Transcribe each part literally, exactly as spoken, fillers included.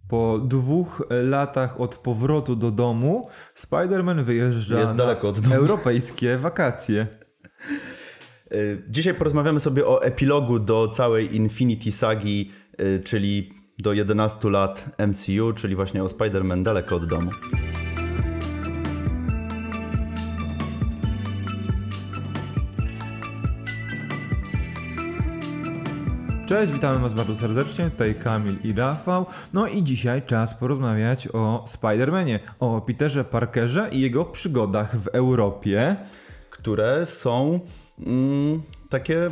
Po dwóch latach od powrotu do domu Spider-Man wyjeżdża Jest na daleko od domu. europejskie wakacje. Dzisiaj porozmawiamy sobie o epilogu do całej Infinity Sagi, czyli do jedenastu lat M C U, czyli właśnie o Spider-Man daleko od domu. Cześć, witamy Was bardzo serdecznie, tutaj Kamil i Rafał. No i dzisiaj czas porozmawiać o Spider-Manie, o Peterze Parkerze i jego przygodach w Europie. Które są mm, takie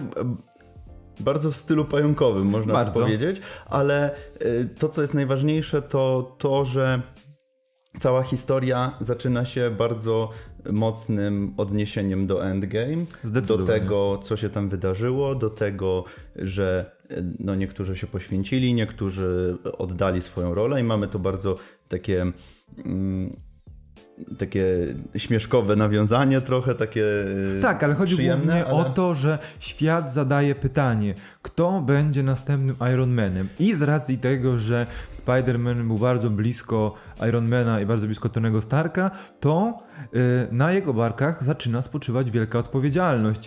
bardzo w stylu pająkowym, można bardzo powiedzieć, ale y, to, co jest najważniejsze, to to, że cała historia zaczyna się bardzo mocnym odniesieniem do Endgame, do tego, co się tam wydarzyło, do tego, że no, niektórzy się poświęcili, niektórzy oddali swoją rolę i mamy tu bardzo takie... Mm, takie śmieszkowe nawiązanie trochę, takie Tak, ale chodzi przyjemne, głównie ale... o to, że świat zadaje pytanie, kto będzie następnym Iron Manem. I z racji tego, że Spider-Man był bardzo blisko Ironmana i bardzo blisko Tonego Starka, to yy, na jego barkach zaczyna spoczywać wielka odpowiedzialność.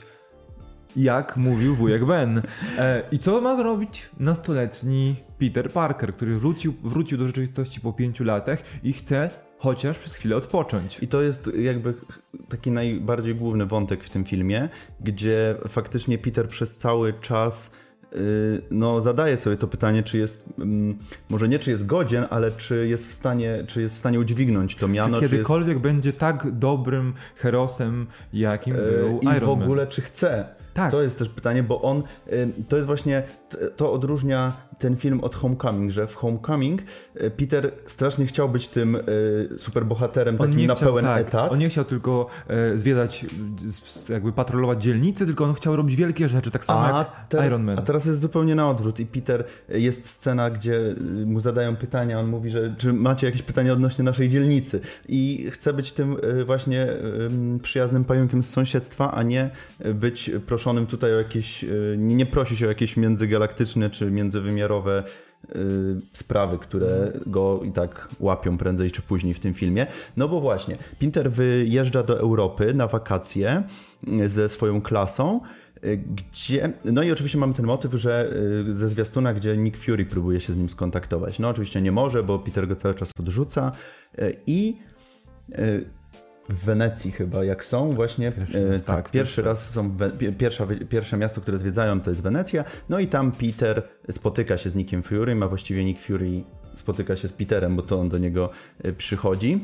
Jak mówił wujek Ben. E, I co ma zrobić nastoletni Peter Parker, który wrócił, wrócił do rzeczywistości po pięciu latach i chce chociaż przez chwilę odpocząć. I to jest jakby taki najbardziej główny wątek w tym filmie, gdzie faktycznie Peter przez cały czas yy, no, zadaje sobie to pytanie, czy jest, yy, może nie czy jest godzien, ale czy jest w stanie, czy jest w stanie udźwignąć to miano. Czy kiedykolwiek czy jest... będzie tak dobrym herosem, jakim był yy, Iron Man. I w ogóle czy chce. Tak. To jest też pytanie, bo on, to jest właśnie, to odróżnia ten film od Homecoming, że w Homecoming Peter strasznie chciał być tym superbohaterem takim na chciał, pełen tak, etat. On nie chciał tylko zwiedzać, jakby patrolować dzielnice, tylko on chciał robić wielkie rzeczy, tak samo a jak te, Iron Man. A teraz jest zupełnie na odwrót i Peter, jest scena, gdzie mu zadają pytania, on mówi, że czy macie jakieś pytania odnośnie naszej dzielnicy i chce być tym właśnie przyjaznym pająkiem z sąsiedztwa, a nie być proszony tutaj o jakieś, nie prosi się o jakieś międzygalaktyczne czy międzywymiarowe sprawy, które go i tak łapią prędzej czy później w tym filmie. No bo właśnie, Peter wyjeżdża do Europy na wakacje ze swoją klasą, gdzie, no i oczywiście mamy ten motyw, że ze zwiastuna, gdzie Nick Fury próbuje się z nim skontaktować. No oczywiście nie może, bo Peter go cały czas odrzuca i w Wenecji chyba, jak są właśnie, pierwszy raz, e, tak, tak, pierwszy raz są, we, pierwsza, pierwsze miasto, które zwiedzają, to jest Wenecja, no i tam Peter spotyka się z Nickiem Furym, a właściwie Nick Fury spotyka się z Peterem, bo to on do niego przychodzi.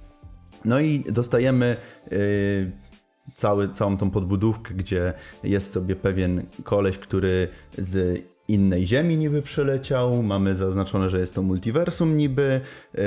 No i dostajemy e, cały, całą tą podbudówkę, gdzie jest sobie pewien koleś, który z innej ziemi niby przyleciał, mamy zaznaczone, że jest to multiversum niby,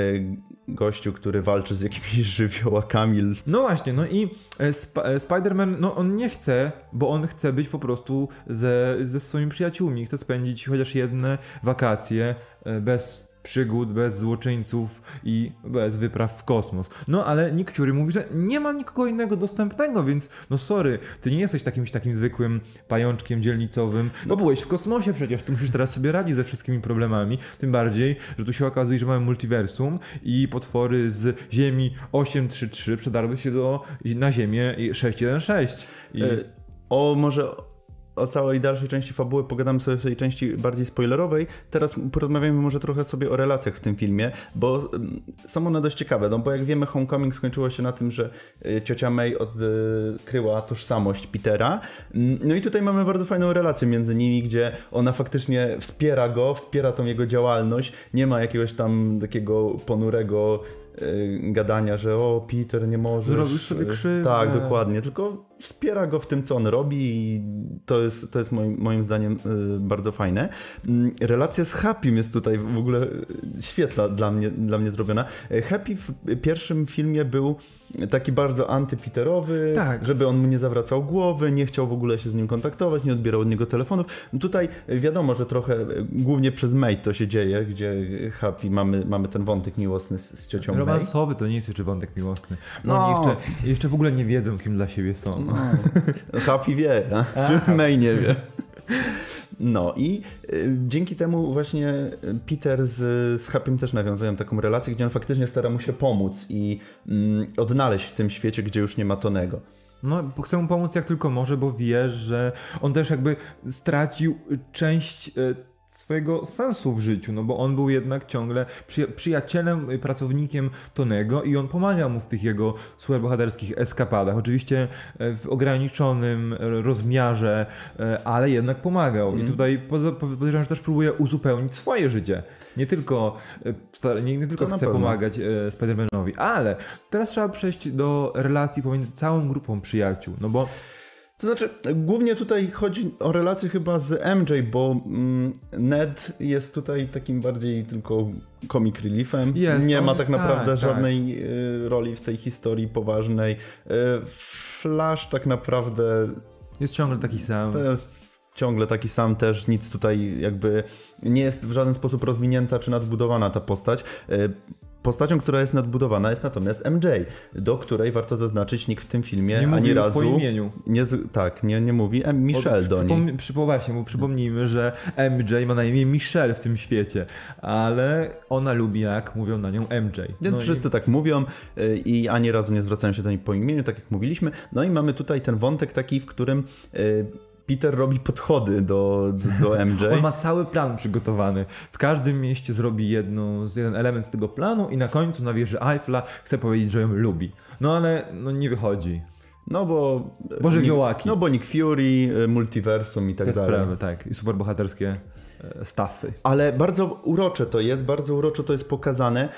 gościu, który walczy z jakimiś żywiołakami. No właśnie, no i Sp- Spider-Man, no on nie chce, bo on chce być po prostu ze, ze swoimi przyjaciółmi, chce spędzić chociaż jedne wakacje bez przygód, bez złoczyńców i bez wypraw w kosmos. No ale Nick Fury mówi, że nie ma nikogo innego dostępnego, więc no sorry, ty nie jesteś takim, takim zwykłym pajączkiem dzielnicowym, bo byłeś w kosmosie przecież, ty musisz teraz sobie radzić ze wszystkimi problemami, tym bardziej, że tu się okazuje, że mamy multiversum i potwory z Ziemi osiem trzy trzy przedarły się do, na Ziemię sześć jeden sześć. I... O, może... O całej dalszej części fabuły pogadamy sobie w tej części bardziej spoilerowej. Teraz porozmawiamy może trochę sobie o relacjach w tym filmie, bo są one dość ciekawe, no bo jak wiemy Homecoming skończyło się na tym, że ciocia May odkryła tożsamość Petera. No i tutaj mamy bardzo fajną relację między nimi, gdzie ona faktycznie wspiera go, wspiera tą jego działalność, nie ma jakiegoś tam takiego ponurego gadania, że o Peter nie możesz. Robisz sobie krzywdę. Tak, dokładnie, tylko wspiera go w tym, co on robi i to jest, to jest moim, moim zdaniem bardzo fajne. Relacja z Happym jest tutaj w ogóle świetna dla mnie, dla mnie zrobiona. Happy w pierwszym filmie był taki bardzo antypeterowy, tak. Żeby on mu nie zawracał głowy, nie chciał w ogóle się z nim kontaktować, nie odbierał od niego telefonów. No tutaj wiadomo, że trochę głównie przez May to się dzieje, gdzie Happy mamy, mamy ten wątek miłosny z, z ciocią May. Romansowy to nie jest jeszcze wątek miłosny. No, no. Oni jeszcze, jeszcze w ogóle nie wiedzą, kim dla siebie są. No. Happy wie, a? Czy May nie wie. No i y, dzięki temu właśnie Peter z, z Happym też nawiązują taką relację, gdzie on faktycznie stara mu się pomóc i y, odnaleźć w tym świecie, gdzie już nie ma Tonego. No, chcę mu pomóc jak tylko może, bo wie, że on też jakby stracił część swojego sensu w życiu, no bo on był jednak ciągle przyja- przyjacielem, pracownikiem Tonego i on pomaga mu w tych jego superbohaterskich eskapadach. Oczywiście w ograniczonym rozmiarze, ale jednak pomagał. Mm. I tutaj podejrzewam, że też próbuje uzupełnić swoje życie. Nie tylko, nie, nie tylko chce pomagać Spider-Manowi, ale teraz trzeba przejść do relacji pomiędzy całą grupą przyjaciół, no bo to znaczy, głównie tutaj chodzi o relację chyba z M J, bo mm, Ned jest tutaj takim bardziej tylko comic reliefem. Jest, nie ma tak naprawdę tak, żadnej tak. roli w tej historii poważnej. Flash tak naprawdę jest ciągle taki sam. To jest ciągle taki sam też, nic tutaj jakby nie jest w żaden sposób rozwinięta czy nadbudowana ta postać. Postacią, która jest nadbudowana, jest natomiast M J, do której warto zaznaczyć, nikt w tym filmie nie ani razu. Po imieniu. Nie, tak, nie, nie mówi. M. Michelle do niej. Przypomnij się, bo przypomnijmy, że M J ma na imię Michelle w tym świecie, ale ona lubi, jak mówią na nią M J. Więc no wszyscy i... tak mówią i ani razu nie zwracają się do niej po imieniu, tak jak mówiliśmy. No i mamy tutaj ten wątek taki, w którym Peter robi podchody do, do, do M J. On ma cały plan przygotowany. W każdym mieście zrobi jedną, jeden element z tego planu i na końcu na wieży Eiffla chce powiedzieć, że ją lubi. No ale no, nie wychodzi. No bo... Bo żywiołaki. No bo Nick Fury, multiversum i tak Te dalej. sprawy, tak. I superbohaterskie staffy. Ale bardzo urocze to jest, bardzo uroczo to jest pokazane,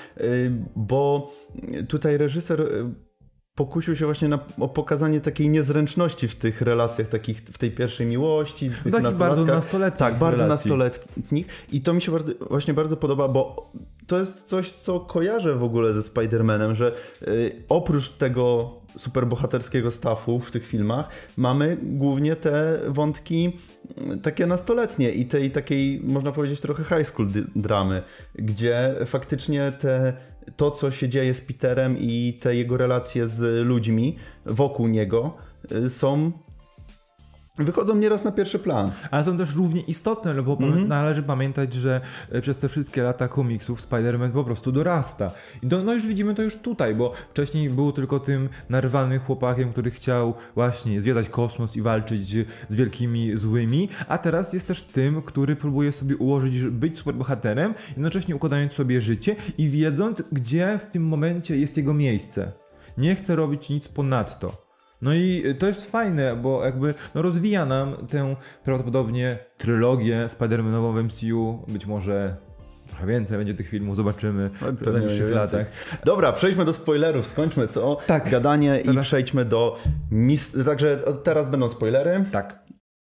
bo tutaj reżyser pokusił się właśnie na, o pokazanie takiej niezręczności w tych relacjach, takich w tej pierwszej miłości. W tych takich bardzo nastoletnich. Tak, bardzo relacji. nastoletnich. I to mi się bardzo, właśnie bardzo podoba, bo to jest coś, co kojarzę w ogóle ze Spider-Manem, że y, oprócz tego superbohaterskiego staffu w tych filmach mamy głównie te wątki takie nastoletnie i tej takiej, można powiedzieć, trochę high school dramy, gdzie faktycznie te to, co się dzieje z Peterem i te jego relacje z ludźmi wokół niego są wychodzą nieraz na pierwszy plan. Ale są też równie istotne, no bo mm-hmm. należy pamiętać, że przez te wszystkie lata komiksów Spider-Man po prostu dorasta. I do, no już widzimy to już tutaj, bo wcześniej był tylko tym narwanym chłopakiem, który chciał właśnie zwiedzać kosmos i walczyć z wielkimi złymi, a teraz jest też tym, który próbuje sobie ułożyć, być superbohaterem, jednocześnie układając sobie życie i wiedząc, gdzie w tym momencie jest jego miejsce. Nie chce robić nic ponadto. No i to jest fajne, bo jakby no rozwija nam tę prawdopodobnie trylogię Spider-Manową w M C U. Być może trochę więcej będzie tych filmów, zobaczymy w najbliższych latach. Dobra, przejdźmy do spoilerów, skończmy to tak, gadanie teraz... i przejdźmy do... Mis... Także teraz będą spoilery. Tak.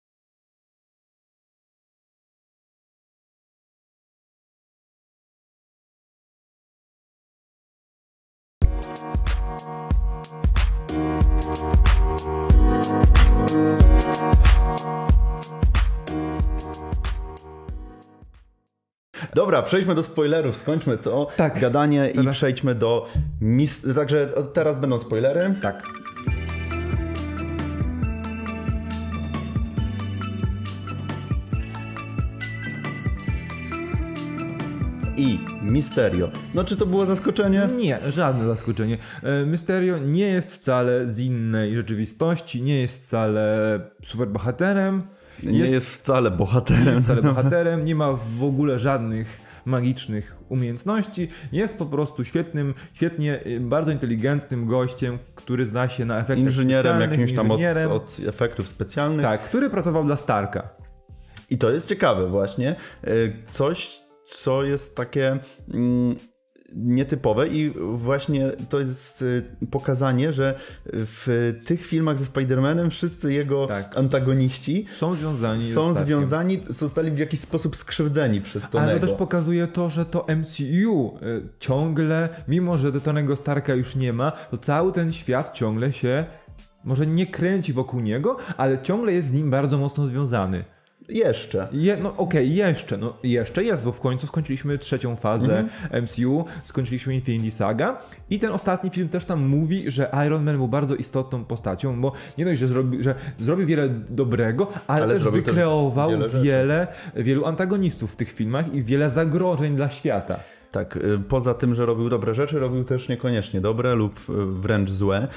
Dobra, przejdźmy do spoilerów, skończmy to tak, gadanie teraz... i przejdźmy do... Mis... Także teraz będą spoilery. Tak. I Mysterio. No czy to było zaskoczenie? Nie, żadne zaskoczenie. Mysterio nie jest wcale z innej rzeczywistości, nie jest wcale superbohaterem. Nie jest, jest wcale bohaterem. Nie jest wcale bohaterem, nie ma w ogóle żadnych magicznych umiejętności. Jest po prostu świetnym, świetnie, bardzo inteligentnym gościem, który zna się na efektach inżynierem, specjalnych. Jakimś inżynierem, jakimś tam od, od efektów specjalnych. Tak, który pracował dla Starka. I to jest ciekawe właśnie. Coś, co jest takie... Mm, nietypowe i właśnie to jest pokazanie, że w tych filmach ze Spider-Manem wszyscy jego tak. antagoniści są związani, są związani, zostali w jakiś sposób skrzywdzeni przez Tonego. Ale to też pokazuje to, że to M C U ciągle, mimo że do Tonego Starka już nie ma, to cały ten świat ciągle się może nie kręci wokół niego, ale ciągle jest z nim bardzo mocno związany. Jeszcze. Je, no okej, okay, jeszcze, no jeszcze jest, bo w końcu skończyliśmy trzecią fazę mm-hmm. M C U, skończyliśmy Infinity Saga i ten ostatni film też tam mówi, że Iron Man był bardzo istotną postacią, bo nie dość, że zrobił, że zrobił wiele dobrego, ale, ale też wykreował też wiele, wiele wielu antagonistów w tych filmach i wiele zagrożeń dla świata. Tak, poza tym, że robił dobre rzeczy, robił też niekoniecznie dobre lub wręcz złe.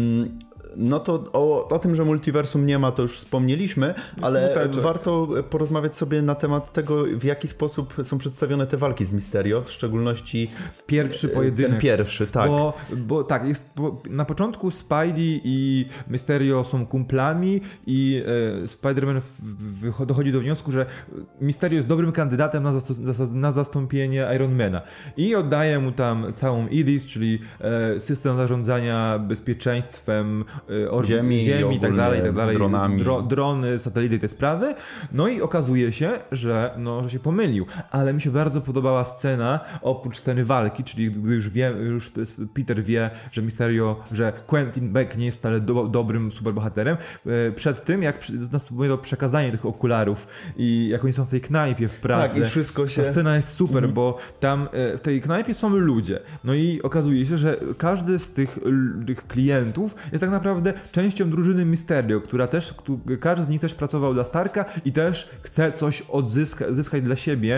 No to o, o tym, że multiversum nie ma, to już wspomnieliśmy, ale Smuteczek. Warto porozmawiać sobie na temat tego, w jaki sposób są przedstawione te walki z Mysterio, w szczególności pierwszy pojedynek. Ten pierwszy, tak. Bo, bo tak, jest, bo na początku Spidey i Mysterio są kumplami i e, Spider-Man w, w, dochodzi do wniosku, że Mysterio jest dobrym kandydatem na, zasto- na zastąpienie Ironmana i oddaje mu tam całą I D I S, czyli e, system zarządzania bezpieczeństwem Orb- ziemi, ziemi i tak dalej, i tak dalej, dronami. Dro, drony, satelity, te sprawy. No i okazuje się, że, no, że się pomylił. Ale mi się bardzo podobała scena, oprócz sceny walki, czyli gdy już wie, już Peter wie, że Mysterio, że Quentin Beck nie jest wcale do, dobrym superbohaterem. Przed tym, jak następuje to przekazanie tych okularów i jak oni są w tej knajpie w Pradze. Tak, i wszystko się... Ta scena jest super, mm-hmm. bo tam w tej knajpie są ludzie. No i okazuje się, że każdy z tych, tych klientów jest tak naprawdę częścią drużyny Mysterio, która też, każdy z nich też pracował dla Starka i też chce coś odzyskać zyskać dla siebie,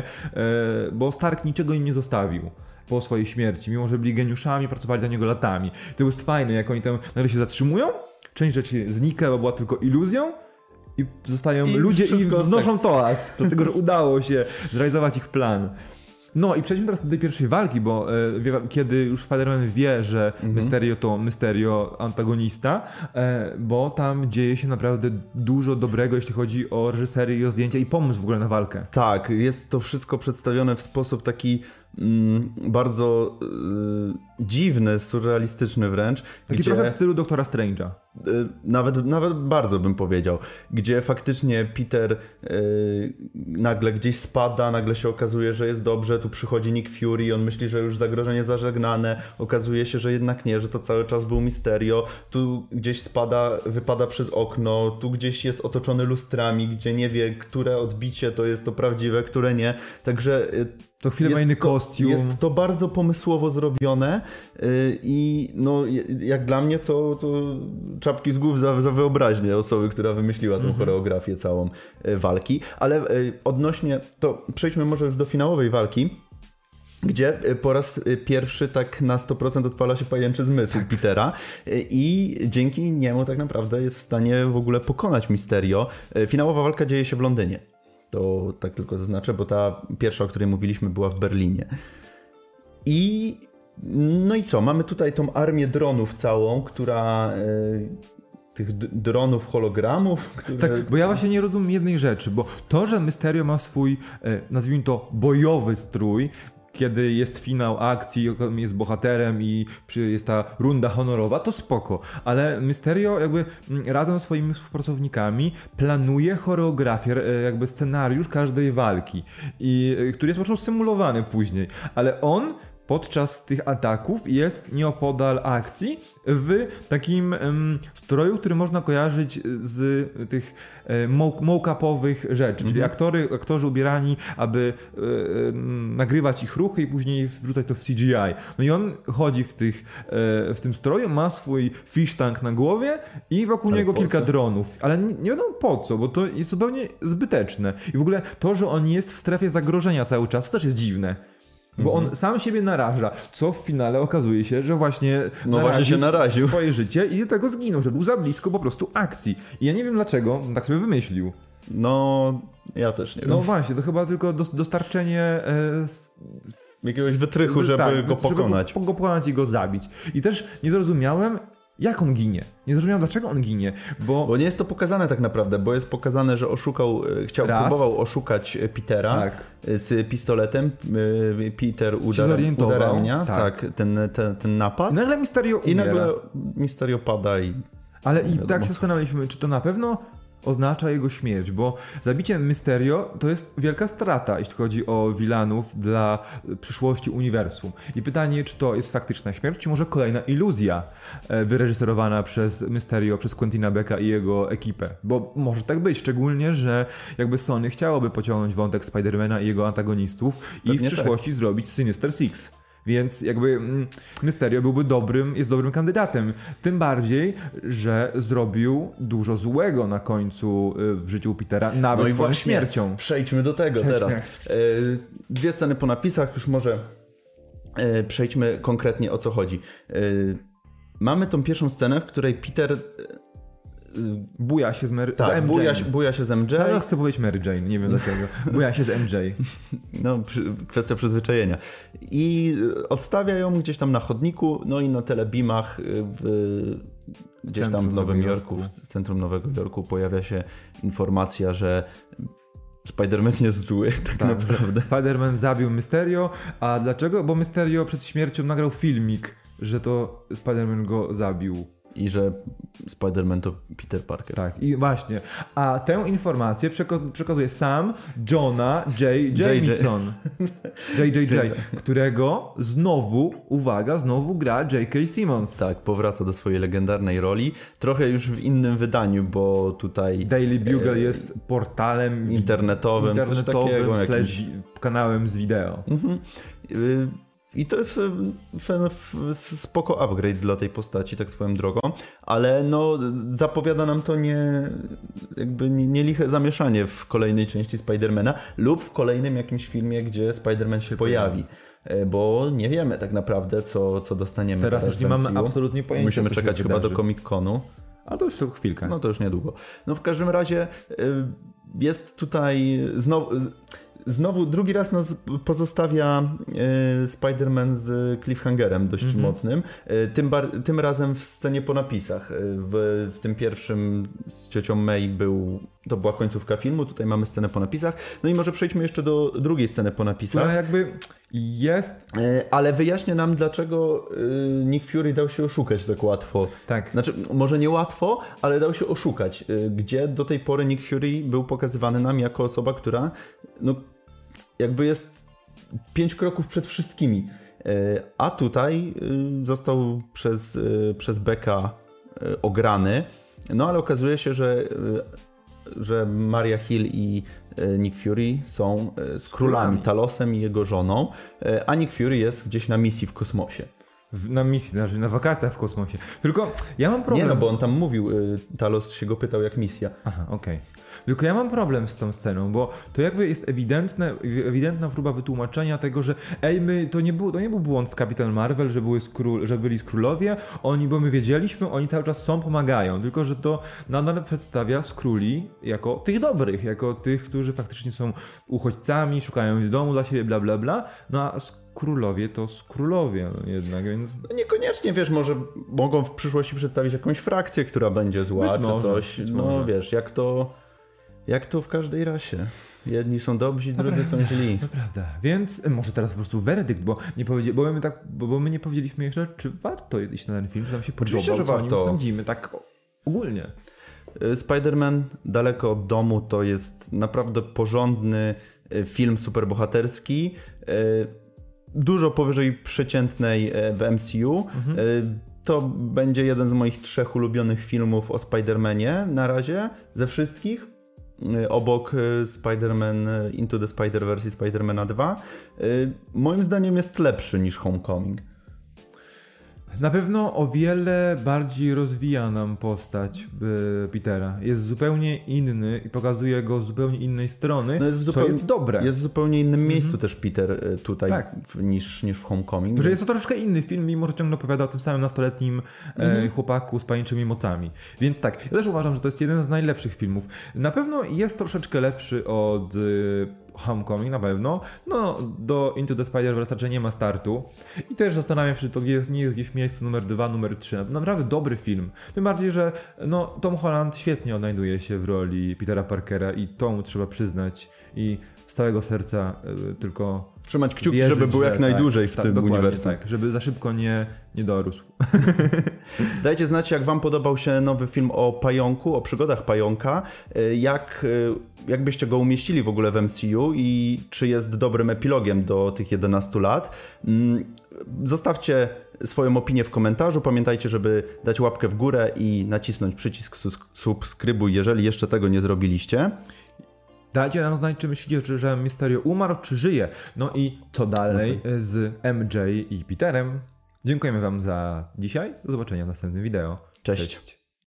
bo Stark niczego im nie zostawił po swojej śmierci, mimo że byli geniuszami, pracowali dla niego latami. To jest fajne, jak oni tam nagle się zatrzymują, część rzeczy znika, bo była tylko iluzją i zostają I ludzie i wznoszą toast, dlatego że udało się zrealizować ich plan. No i przejdźmy teraz do tej pierwszej walki, bo e, wie, kiedy już Spider-Man wie, że mhm. Mysterio to Mysterio antagonista, e, bo tam dzieje się naprawdę dużo dobrego, jeśli chodzi o reżyserię i o zdjęcia i pomysł w ogóle na walkę. Tak, jest to wszystko przedstawione w sposób taki mm, bardzo y, dziwny, surrealistyczny wręcz. Taki gdzie, trochę w stylu Doktora Strange'a. Y, nawet, nawet bardzo bym powiedział. Gdzie faktycznie Peter y, nagle gdzieś spada, nagle się okazuje, że jest dobrze, tu przychodzi Nick Fury, on myśli, że już zagrożenie zażegnane, okazuje się, że jednak nie, że to cały czas był Mysterio, tu gdzieś spada, wypada przez okno, tu gdzieś jest otoczony lustrami, gdzie nie wie, które odbicie to jest to prawdziwe, które nie. Także to chwilę ma inny kostium. Jest to bardzo pomysłowo zrobione yy, i no, jak dla mnie to, to czapki z głów za, za wyobraźnię osoby, która wymyśliła tą mm-hmm. choreografię całą yy, walki. Ale yy, odnośnie, to przejdźmy może już do finałowej walki, gdzie po raz pierwszy tak na sto procent odpala się pajęczy zmysł tak. Petera i dzięki niemu tak naprawdę jest w stanie w ogóle pokonać Mysterio. Finałowa walka dzieje się w Londynie. To tak tylko zaznaczę, bo ta pierwsza, o której mówiliśmy, była w Berlinie. I no i co? Mamy tutaj tą armię dronów całą, która... E, tych d- dronów, hologramów. Które... Tak, bo ja właśnie nie rozumiem jednej rzeczy, bo to, że Mysterio ma swój, e, nazwijmy to, bojowy strój, kiedy jest finał akcji, jest bohaterem i jest ta runda honorowa, to spoko. Ale Mysterio jakby razem z swoimi współpracownikami planuje choreografię, jakby scenariusz każdej walki, i który jest po prostu symulowany później. Ale on podczas tych ataków jest nieopodal akcji w takim um, stroju, który można kojarzyć z tych um, mock-upowych rzeczy, mm-hmm. czyli aktory, aktorzy ubierani, aby um, nagrywać ich ruchy i później wrzucać to w C G I. No i on chodzi w, tych, um, w tym stroju, ma swój fish tank na głowie i wokół ale niego kilka co? dronów. Ale nie, nie wiadomo po co, bo to jest zupełnie zbyteczne. I w ogóle to, że on jest w strefie zagrożenia cały czas, to też jest dziwne. Bo on mm-hmm. sam siebie naraża, co w finale okazuje się, że właśnie no właśnie się naraził swoje życie i do tego zginął, że był za blisko po prostu akcji. I ja nie wiem dlaczego tak sobie wymyślił. No, ja też nie wiem. No właśnie, to chyba tylko dostarczenie e, jakiegoś wytrychu, żeby tak, go pokonać. Żeby go pokonać i go zabić. I też nie zrozumiałem, jak on ginie. Nie zrozumiałem, dlaczego on ginie, bo... Bo nie jest to pokazane tak naprawdę, bo jest pokazane, że oszukał, chciał, Raz. próbował oszukać Petera tak. z pistoletem. Peter udar, udaremnia tak. tak, ten, ten, ten napad. I nagle Mysterio umiera. I nagle Mysterio pada i... Ale i tak się zastanawialiśmy, czy to na pewno oznacza jego śmierć, bo zabicie Mysterio to jest wielka strata, jeśli chodzi o wilanów dla przyszłości uniwersum. I pytanie, czy to jest faktyczna śmierć, czy może kolejna iluzja wyreżyserowana przez Mysterio, przez Quentina Becka i jego ekipę. Bo może tak być, szczególnie, że jakby Sony chciałoby pociągnąć wątek Spidermana i jego antagonistów Pewnie i w przyszłości tak. zrobić Sinister Six. Więc jakby Mysterio byłby dobrym, jest dobrym kandydatem. Tym bardziej, że zrobił dużo złego na końcu w życiu Petera, nawet no swoją śmiercią. Przejdźmy do tego Przejdźmy. teraz. Dwie sceny po napisach, już może przejdźmy konkretnie o co chodzi. Mamy tą pierwszą scenę, w której Peter buja się z, Mary, tak, z M J. Buja się, buja się z M J. Ja chcę powiedzieć Mary Jane, nie wiem dlaczego. Buja się z M J. No, kwestia przyzwyczajenia. I odstawia ją gdzieś tam na chodniku, no i na telebimach w, gdzieś tam w Nowym Jorku, w centrum Nowego Jorku pojawia się informacja, że Spider-Man jest zły, tak, tak naprawdę. Spider-Man zabił Mysterio, a dlaczego? Bo Mysterio przed śmiercią nagrał filmik, że to Spider-Man go zabił. I że Spider-Man to Peter Parker. Tak, i właśnie. A tę informację przeko- przekazuje sam Jonah J. Jameson. J J J, którego znowu, uwaga, znowu gra J K. Simmons. Tak, powraca do swojej legendarnej roli. Trochę już w innym wydaniu, bo tutaj... Daily Bugle e... jest portalem internetowym, internetowym coś takiego. Slash jakimś... kanałem z wideo. Mhm. Y- I to jest spoko upgrade dla tej postaci, tak swoją drogą, ale no zapowiada nam to nie jakby nie liche zamieszanie w kolejnej części Spidermana lub w kolejnym jakimś filmie, gdzie Spider-Man się pojawi, bo nie wiemy tak naprawdę, co, co dostaniemy. Teraz, teraz już nie mamy absolutnie pojęcia. Musimy czekać chyba do Comic-Conu. Ale to już chwilkę. No to już niedługo. No w każdym razie jest tutaj znowu... Znowu drugi raz nas pozostawia y, Spider-Man z cliffhangerem dość mm-hmm. mocnym. Y, tym, bar- tym razem w scenie po napisach. Y, w, w tym pierwszym z ciocią May był, to była końcówka filmu, tutaj mamy scenę po napisach. No i może przejdźmy jeszcze do drugiej sceny po napisach. No jakby jest... Y, ale wyjaśnię nam, dlaczego y, Nick Fury dał się oszukać tak łatwo. Tak. Znaczy, może nie łatwo, ale dał się oszukać. Y, gdzie do tej pory Nick Fury był pokazywany nam jako osoba, która... No, jakby jest pięć kroków przed wszystkimi. A tutaj został przez, przez Becka ograny. No ale okazuje się, że, że Maria Hill i Nick Fury są z królami, Talosem i jego żoną, a Nick Fury jest gdzieś na misji w kosmosie. Na misji, znaczy na wakacjach w kosmosie. Tylko ja mam problem... Nie no, bo on tam mówił, Talos się go pytał jak misja. Aha, okej. Okay. Tylko ja mam problem z tą sceną, bo to jakby jest ewidentne, ewidentna próba wytłumaczenia tego, że ej, my, to nie był, to nie był błąd w Kapitan Marvel, że, były skról, że byli skrólowie, oni, bo my wiedzieliśmy, oni cały czas są, pomagają, tylko że to nadal przedstawia skróli jako tych dobrych, jako tych, którzy faktycznie są uchodźcami, szukają domu dla siebie, bla bla bla, no a królowie to królowie no jednak, więc... Niekoniecznie, wiesz, może mogą w przyszłości przedstawić jakąś frakcję, która będzie zła, być czy może, coś, no może. Wiesz, jak to... Jak to w każdej rasie. Jedni są dobrzy, to drudzy prawda, są źli. To prawda. Więc może teraz po prostu werdykt, bo, nie powiedzi- bo, my tak, bo, bo my nie powiedzieliśmy jeszcze, czy warto iść na ten film, czy nam się podobał, Oczywiście, że co warto. o nim sądzimy, tak ogólnie. Spider-Man daleko od domu to jest naprawdę porządny film superbohaterski, dużo powyżej przeciętnej w M C U. Mhm. To będzie jeden z moich trzech ulubionych filmów o Spider-Manie na razie, ze wszystkich. Obok Spider-Man Into the Spider-Verse i Spider-Mana dwa. Moim zdaniem jest lepszy niż Homecoming. Na pewno o wiele bardziej rozwija nam postać Petera. Jest zupełnie inny i pokazuje go z zupełnie innej strony, no jest co zupełnie, jest dobre. Jest w zupełnie innym miejscu mm-hmm. też Peter tutaj tak. w, niż, niż w Homecoming. Że więc... jest to troszkę inny film, mimo że ciągle opowiada o tym samym nastoletnim mm-hmm. e, chłopaku z pajęczymi mocami. Więc tak, ja też uważam, że to jest jeden z najlepszych filmów. Na pewno jest troszeczkę lepszy od e, Homecoming, na pewno. No, do Into the Spider-Verse raczej nie ma startu. I też zastanawiam się, czy to nie jest gdzieś miejsce numer dwa, numer trzy. Naprawdę dobry film. Tym bardziej, że no, Tom Holland świetnie odnajduje się w roli Petera Parkera i to mu trzeba przyznać. i z całego serca y, tylko trzymać kciuki, wierzyć, żeby był jak że, najdłużej tak, w tak, tym dokładnie uniwersum. Tak, żeby za szybko nie, nie dorósł. Dajcie znać, jak wam podobał się nowy film o pająku, o przygodach pająka, jak, jak byście go umieścili w ogóle w M C U i czy jest dobrym epilogiem do tych jedenastu lat. Zostawcie swoją opinię w komentarzu. Pamiętajcie, żeby dać łapkę w górę i nacisnąć przycisk subskrybuj, jeżeli jeszcze tego nie zrobiliście. Dajcie nam znać, czy myślicie, że Mysterio umarł, czy żyje. No i co dalej okay. z M J i Peterem. Dziękujemy wam za dzisiaj. Do zobaczenia w następnym wideo. Cześć. Cześć.